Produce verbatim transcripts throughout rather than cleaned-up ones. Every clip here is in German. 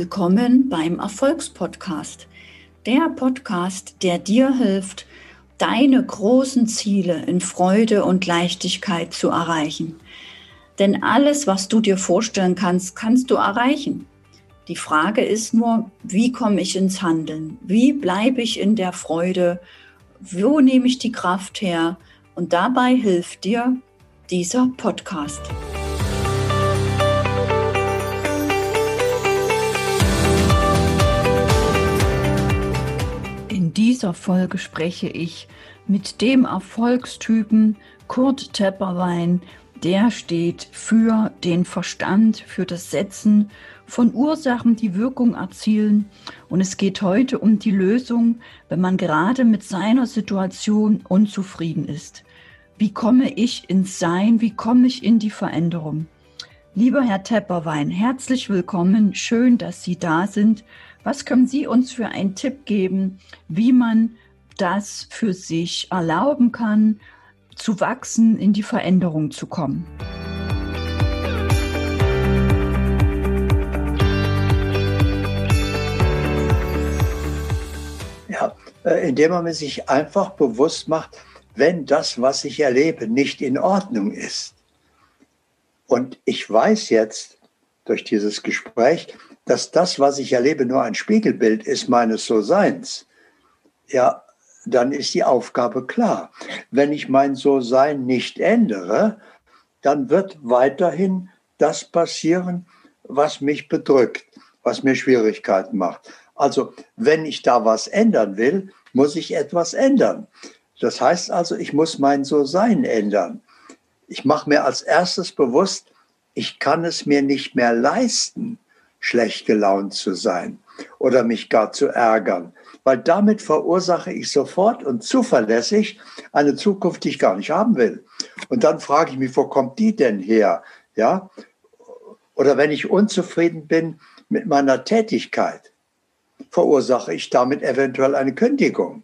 Willkommen beim Erfolgspodcast. Der Podcast, der dir hilft, deine großen Ziele in Freude und Leichtigkeit zu erreichen. Denn alles, was du dir vorstellen kannst, kannst du erreichen. Die Frage ist nur, wie komme ich ins Handeln? Wie bleibe ich in der Freude? Wo nehme ich die Kraft her? Und dabei hilft dir dieser Podcast. In dieser Folge spreche ich mit dem Erfolgstypen Kurt Tepperwein. Der steht für den Verstand, für das Setzen von Ursachen, die Wirkung erzielen. Und es geht heute um die Lösung, wenn man gerade mit seiner Situation unzufrieden ist. Wie komme ich ins Sein? Wie komme ich in die Veränderung? Lieber Herr Tepperwein, herzlich willkommen. Schön, dass Sie da sind. Was können Sie uns für einen Tipp geben, wie man das für sich erlauben kann, zu wachsen, in die Veränderung zu kommen? Ja, indem man sich einfach bewusst macht, wenn das, was ich erlebe, nicht in Ordnung ist. Und ich weiß jetzt durch dieses Gespräch, dass das, was ich erlebe, nur ein Spiegelbild ist meines So-Seins. Ja, dann ist die Aufgabe klar. Wenn ich mein So-Sein nicht ändere, dann wird weiterhin das passieren, was mich bedrückt, was mir Schwierigkeiten macht. Also, wenn ich da was ändern will, muss ich etwas ändern. Das heißt also, ich muss mein So-Sein ändern. Ich mache mir als erstes bewusst, ich kann es mir nicht mehr leisten, schlecht gelaunt zu sein oder mich gar zu ärgern, weil damit verursache ich sofort und zuverlässig eine Zukunft, die ich gar nicht haben will. Und dann frage ich mich, wo kommt die denn her? Ja? Oder wenn ich unzufrieden bin mit meiner Tätigkeit, verursache ich damit eventuell eine Kündigung.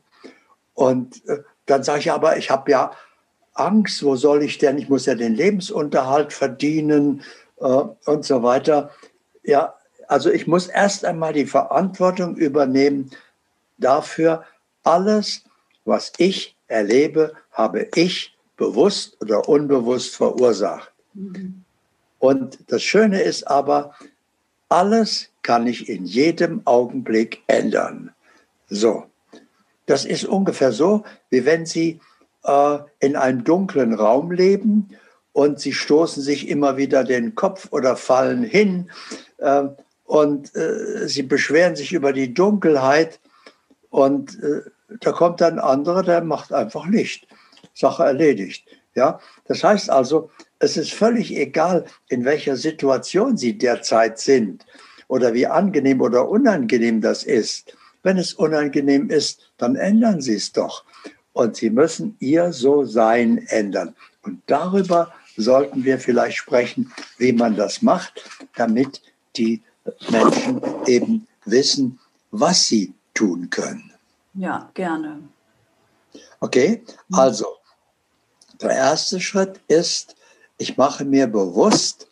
Und äh, dann sage ich aber, ich habe ja Angst, wo soll ich denn? Ich muss ja den Lebensunterhalt verdienen äh, und so weiter. Ja, also ich muss erst einmal die Verantwortung übernehmen dafür, alles, was ich erlebe, habe ich bewusst oder unbewusst verursacht. Mhm. Und das Schöne ist aber, alles kann ich in jedem Augenblick ändern. So, das ist ungefähr so, wie wenn Sie äh, in einem dunklen Raum leben und Sie stoßen sich immer wieder den Kopf oder fallen hin äh, und äh, Sie beschweren sich über die Dunkelheit und äh, da kommt ein anderer, der macht einfach Licht. Sache erledigt. Ja? Das heißt also, es ist völlig egal, in welcher Situation Sie derzeit sind oder wie angenehm oder unangenehm das ist. Wenn es unangenehm ist, dann ändern Sie es doch. Und Sie müssen Ihr So-Sein ändern. Und darüber sollten wir vielleicht sprechen, wie man das macht, damit die Menschen eben wissen, was sie tun können. Ja, gerne. Okay, also der erste Schritt ist, ich mache mir bewusst,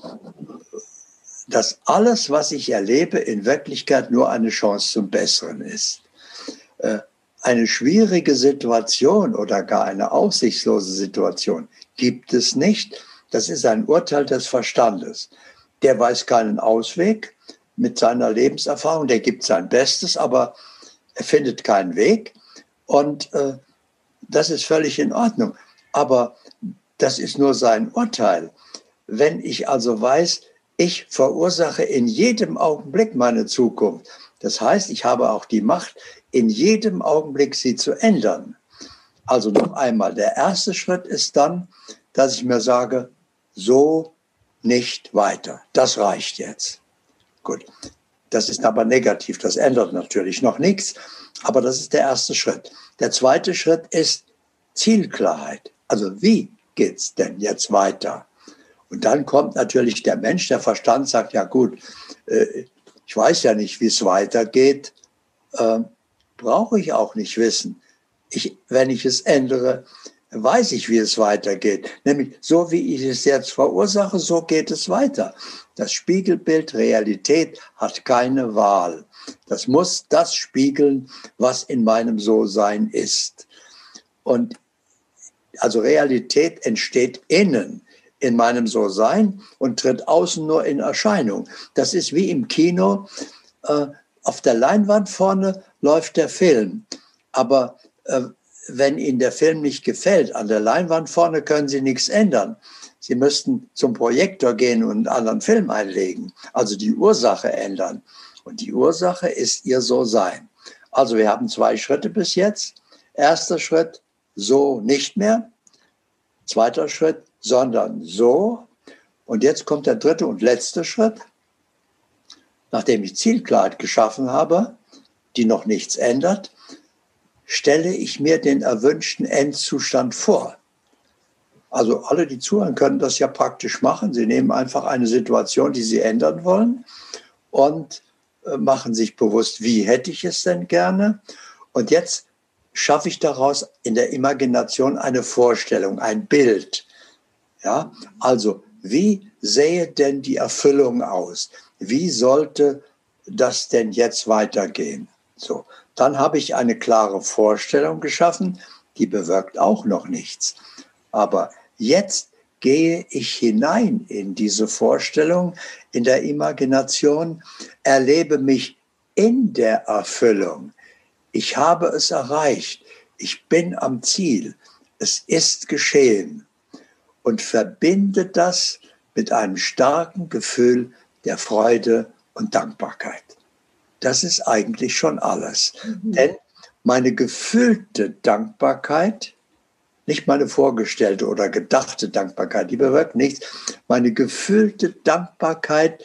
dass alles, was ich erlebe, in Wirklichkeit nur eine Chance zum Besseren ist. Eine schwierige Situation oder gar eine aussichtslose Situation gibt es nicht. Das ist ein Urteil des Verstandes. Der weiß keinen Ausweg mit seiner Lebenserfahrung, der gibt sein Bestes, aber er findet keinen Weg. Und äh, das ist völlig in Ordnung. Aber das ist nur sein Urteil. Wenn ich also weiß, ich verursache in jedem Augenblick meine Zukunft. Das heißt, ich habe auch die Macht, in jedem Augenblick sie zu ändern. Also noch einmal, der erste Schritt ist dann, dass ich mir sage, so nicht weiter. Das reicht jetzt. Gut, das ist aber negativ, das ändert natürlich noch nichts, aber das ist der erste Schritt. Der zweite Schritt ist Zielklarheit. Also wie geht's denn jetzt weiter? Und dann kommt natürlich der Mensch, der Verstand sagt, ja gut, äh, ich weiß ja nicht, wie es weitergeht, äh, brauche ich auch nicht wissen. Ich, wenn ich es ändere, weiß ich, wie es weitergeht. Nämlich so, wie ich es jetzt verursache, so geht es weiter. Das Spiegelbild Realität hat keine Wahl. Das muss das spiegeln, was in meinem So-Sein ist. Und also Realität entsteht innen in meinem So-Sein und tritt außen nur in Erscheinung. Das ist wie im Kino. Äh, auf der Leinwand vorne läuft der Film. Aber äh, wenn Ihnen der Film nicht gefällt, an der Leinwand vorne können Sie nichts ändern. Sie müssten zum Projektor gehen und einen anderen Film einlegen, also die Ursache ändern. Und die Ursache ist Ihr So-Sein. Also wir haben zwei Schritte bis jetzt. Erster Schritt, so nicht mehr. Zweiter Schritt, sondern so. Und jetzt kommt der dritte und letzte Schritt. Nachdem ich Zielklarheit geschaffen habe, die noch nichts ändert, stelle ich mir den erwünschten Endzustand vor. Also alle, die zuhören, können das ja praktisch machen. Sie nehmen einfach eine Situation, die sie ändern wollen und machen sich bewusst, wie hätte ich es denn gerne? Und jetzt schaffe ich daraus in der Imagination eine Vorstellung, ein Bild. Ja, also wie sähe denn die Erfüllung aus? Wie sollte das denn jetzt weitergehen? So, dann habe ich eine klare Vorstellung geschaffen, die bewirkt auch noch nichts. Aber jetzt gehe ich hinein in diese Vorstellung, in der Imagination, erlebe mich in der Erfüllung. Ich habe es erreicht. Ich bin am Ziel. Es ist geschehen. Und verbinde das mit einem starken Gefühl der Freude und Dankbarkeit. Das ist eigentlich schon alles. Mhm. Denn meine gefühlte Dankbarkeit, nicht meine vorgestellte oder gedachte Dankbarkeit, die bewirkt nichts. Meine gefühlte Dankbarkeit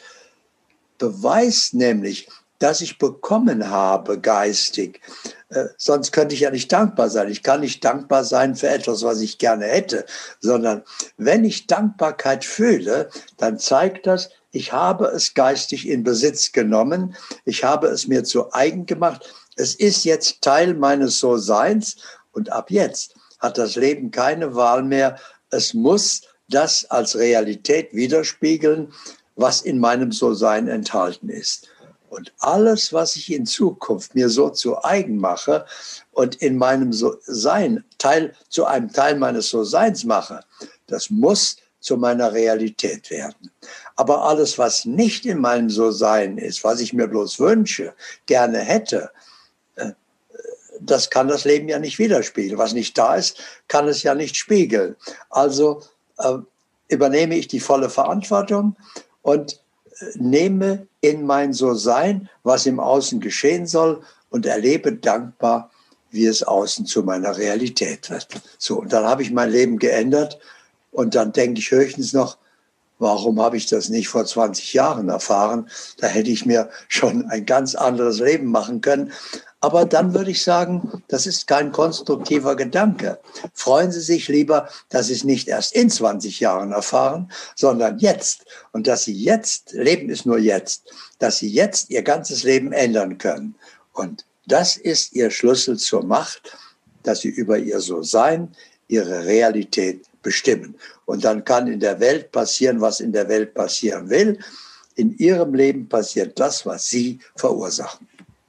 beweist nämlich, dass ich bekommen habe geistig. Äh, sonst könnte ich ja nicht dankbar sein. Ich kann nicht dankbar sein für etwas, was ich gerne hätte, sondern wenn ich Dankbarkeit fühle, dann zeigt das, ich habe es geistig in Besitz genommen. Ich habe es mir zu eigen gemacht. Es ist jetzt Teil meines So-Seins und ab jetzt hat das Leben keine Wahl mehr. Es muss das als Realität widerspiegeln, was in meinem So-Sein enthalten ist. Und alles, was ich in Zukunft mir so zu eigen mache und in meinem So-Sein Teil, zu einem Teil meines So-Seins mache, das muss zu meiner Realität werden. Aber alles, was nicht in meinem So-Sein ist, was ich mir bloß wünsche, gerne hätte, das kann das Leben ja nicht widerspiegeln. Was nicht da ist, kann es ja nicht spiegeln. Also äh, übernehme ich die volle Verantwortung und äh, nehme in mein So-Sein, was im Außen geschehen soll, und erlebe dankbar, wie es außen zu meiner Realität wird. So, und dann habe ich mein Leben geändert und dann denke ich höchstens noch, warum habe ich das nicht vor zwanzig Jahren erfahren? Da hätte ich mir schon ein ganz anderes Leben machen können. Aber dann würde ich sagen, das ist kein konstruktiver Gedanke. Freuen Sie sich lieber, dass Sie es nicht erst in zwanzig Jahren erfahren, sondern jetzt. Und dass Sie jetzt, Leben ist nur jetzt, dass Sie jetzt Ihr ganzes Leben ändern können. Und das ist Ihr Schlüssel zur Macht, dass Sie über Ihr So-Sein, Ihre Realität bestimmen. Und dann kann in der Welt passieren, was in der Welt passieren will. In Ihrem Leben passiert das, was Sie verursachen.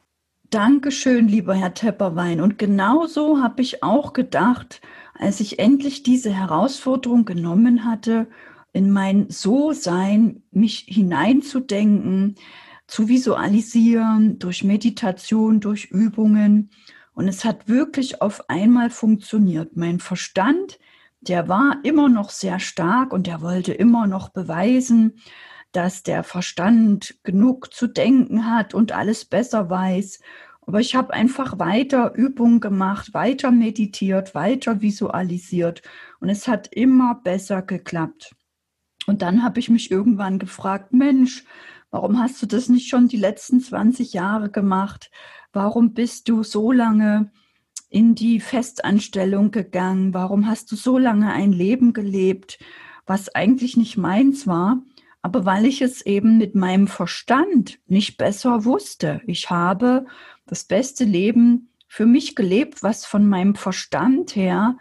Dankeschön, lieber Herr Tepperwein. Und genauso habe ich auch gedacht, als ich endlich diese Herausforderung genommen hatte, in mein So-Sein mich hineinzudenken, zu visualisieren, durch Meditation, durch Übungen. Und es hat wirklich auf einmal funktioniert. Mein Verstand, der war immer noch sehr stark und der wollte immer noch beweisen, dass der Verstand genug zu denken hat und alles besser weiß. Aber ich habe einfach weiter Übungen gemacht, weiter meditiert, weiter visualisiert und es hat immer besser geklappt. Und dann habe ich mich irgendwann gefragt, Mensch, warum hast du das nicht schon die letzten zwanzig Jahre gemacht? Warum bist du so lange in die Festanstellung gegangen? Warum hast du so lange ein Leben gelebt, was eigentlich nicht meins war? Aber weil ich es eben mit meinem Verstand nicht besser wusste. Ich habe das beste Leben für mich gelebt, was von meinem Verstand her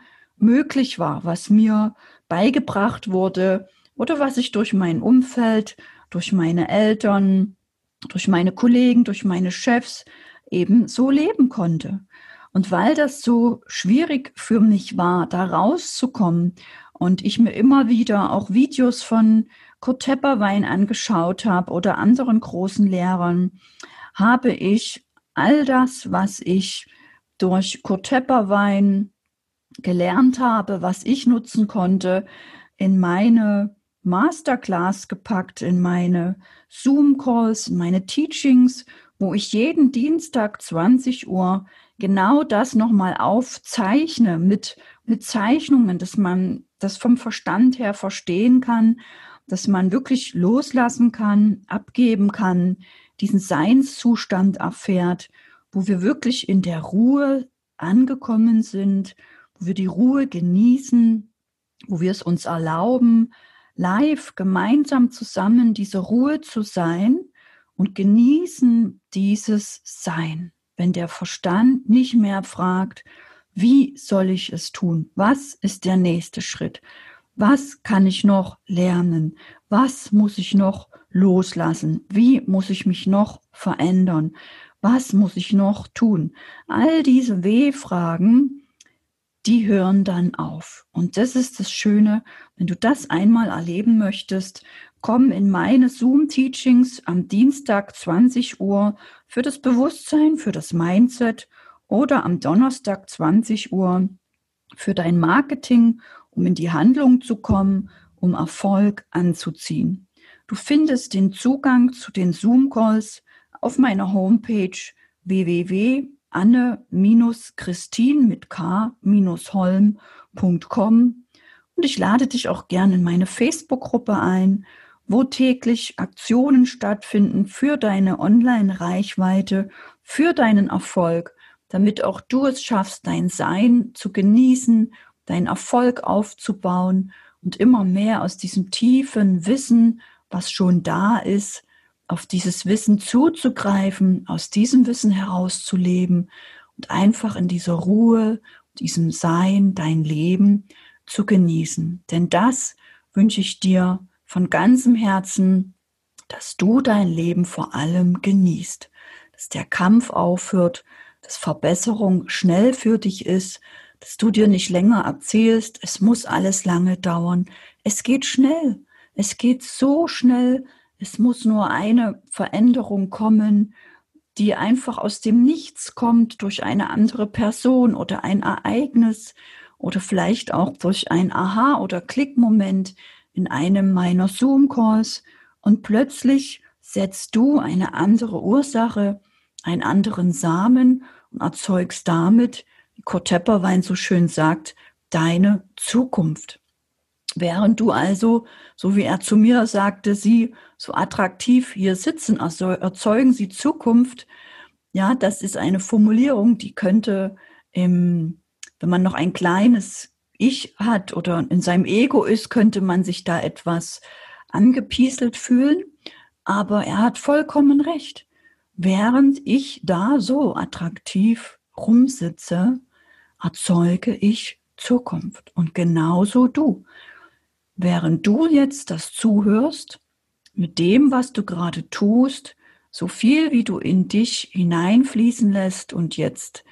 möglich war, was mir beigebracht wurde oder was ich durch mein Umfeld, durch meine Eltern, durch meine Kollegen, durch meine Chefs eben so leben konnte. Und weil das so schwierig für mich war, da rauszukommen und ich mir immer wieder auch Videos von Kurt Tepperwein angeschaut habe oder anderen großen Lehrern, habe ich all das, was ich durch Kurt Tepperwein gelernt habe, was ich nutzen konnte, in meine Masterclass gepackt, in meine Zoom-Calls, in meine Teachings, wo ich jeden Dienstag zwanzig Uhr genau das nochmal aufzeichne mit, mit Zeichnungen, dass man das vom Verstand her verstehen kann, dass man wirklich loslassen kann, abgeben kann, diesen Seinszustand erfährt, wo wir wirklich in der Ruhe angekommen sind, wo wir die Ruhe genießen, wo wir es uns erlauben, live gemeinsam zusammen diese Ruhe zu sein und genießen dieses Sein. Wenn der Verstand nicht mehr fragt, wie soll ich es tun? Was ist der nächste Schritt? Was kann ich noch lernen? Was muss ich noch loslassen? Wie muss ich mich noch verändern? Was muss ich noch tun? All diese W-Fragen, die hören dann auf. Und das ist das Schöne, wenn du das einmal erleben möchtest, komm in meine Zoom-Teachings am Dienstag zwanzig Uhr für das Bewusstsein, für das Mindset oder am Donnerstag zwanzig Uhr für dein Marketing, um in die Handlung zu kommen, um Erfolg anzuziehen. Du findest den Zugang zu den Zoom-Calls auf meiner Homepage w w w punkt anne christin mit k holm punkt com und ich lade dich auch gerne in meine Facebook-Gruppe ein, wo täglich Aktionen stattfinden für deine Online-Reichweite, für deinen Erfolg, damit auch du es schaffst, dein Sein zu genießen, deinen Erfolg aufzubauen und immer mehr aus diesem tiefen Wissen, was schon da ist, auf dieses Wissen zuzugreifen, aus diesem Wissen herauszuleben und einfach in dieser Ruhe, diesem Sein, dein Leben zu genießen. Denn das wünsche ich dir von ganzem Herzen, dass du dein Leben vor allem genießt, dass der Kampf aufhört, dass Verbesserung schnell für dich ist, dass du dir nicht länger erzählst, es muss alles lange dauern. Es geht schnell, es geht so schnell. Es muss nur eine Veränderung kommen, die einfach aus dem Nichts kommt durch eine andere Person oder ein Ereignis oder vielleicht auch durch ein Aha- oder Klickmoment in einem meiner Zoom-Calls und plötzlich setzt du eine andere Ursache, einen anderen Samen und erzeugst damit, wie Kurt Tepperwein so schön sagt, deine Zukunft. Während du also, so wie er zu mir sagte, sie so attraktiv hier sitzen, also erzeugen sie Zukunft. Ja, das ist eine Formulierung, die könnte, im, wenn man noch ein kleines Ich hat oder in seinem Ego ist, könnte man sich da etwas angepieselt fühlen. Aber er hat vollkommen recht. Während ich da so attraktiv rumsitze, erzeuge ich Zukunft. Und genauso du. Während du jetzt das zuhörst, mit dem, was du gerade tust, so viel wie du in dich hineinfließen lässt und jetzt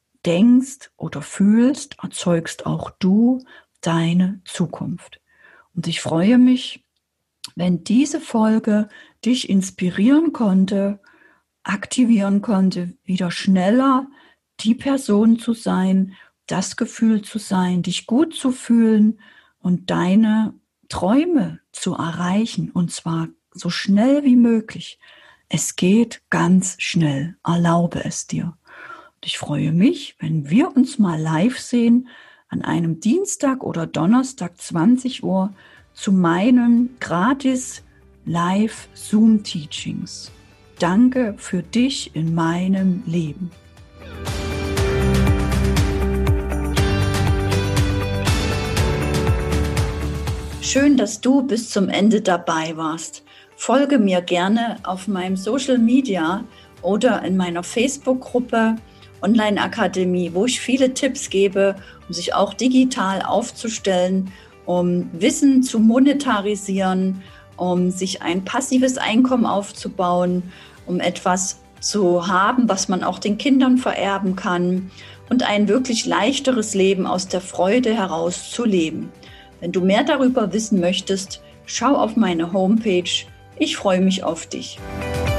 denkst oder fühlst, erzeugst auch du deine Zukunft. Und ich freue mich, wenn diese Folge dich inspirieren konnte, aktivieren konnte, wieder schneller die Person zu sein, das Gefühl zu sein, dich gut zu fühlen und deine Träume zu erreichen, und zwar so schnell wie möglich. Es geht ganz schnell. Erlaube es dir. Und ich freue mich, wenn wir uns mal live sehen an einem Dienstag oder Donnerstag zwanzig Uhr zu meinen gratis Live-Zoom-Teachings. Danke für dich in meinem Leben. Schön, dass du bis zum Ende dabei warst. Folge mir gerne auf meinem Social Media oder in meiner Facebook-Gruppe Online-Akademie, wo ich viele Tipps gebe, um sich auch digital aufzustellen, um Wissen zu monetarisieren, um sich ein passives Einkommen aufzubauen, um etwas zu haben, was man auch den Kindern vererben kann und ein wirklich leichteres Leben aus der Freude heraus zu leben. Wenn du mehr darüber wissen möchtest, schau auf meine Homepage. Ich freue mich auf dich.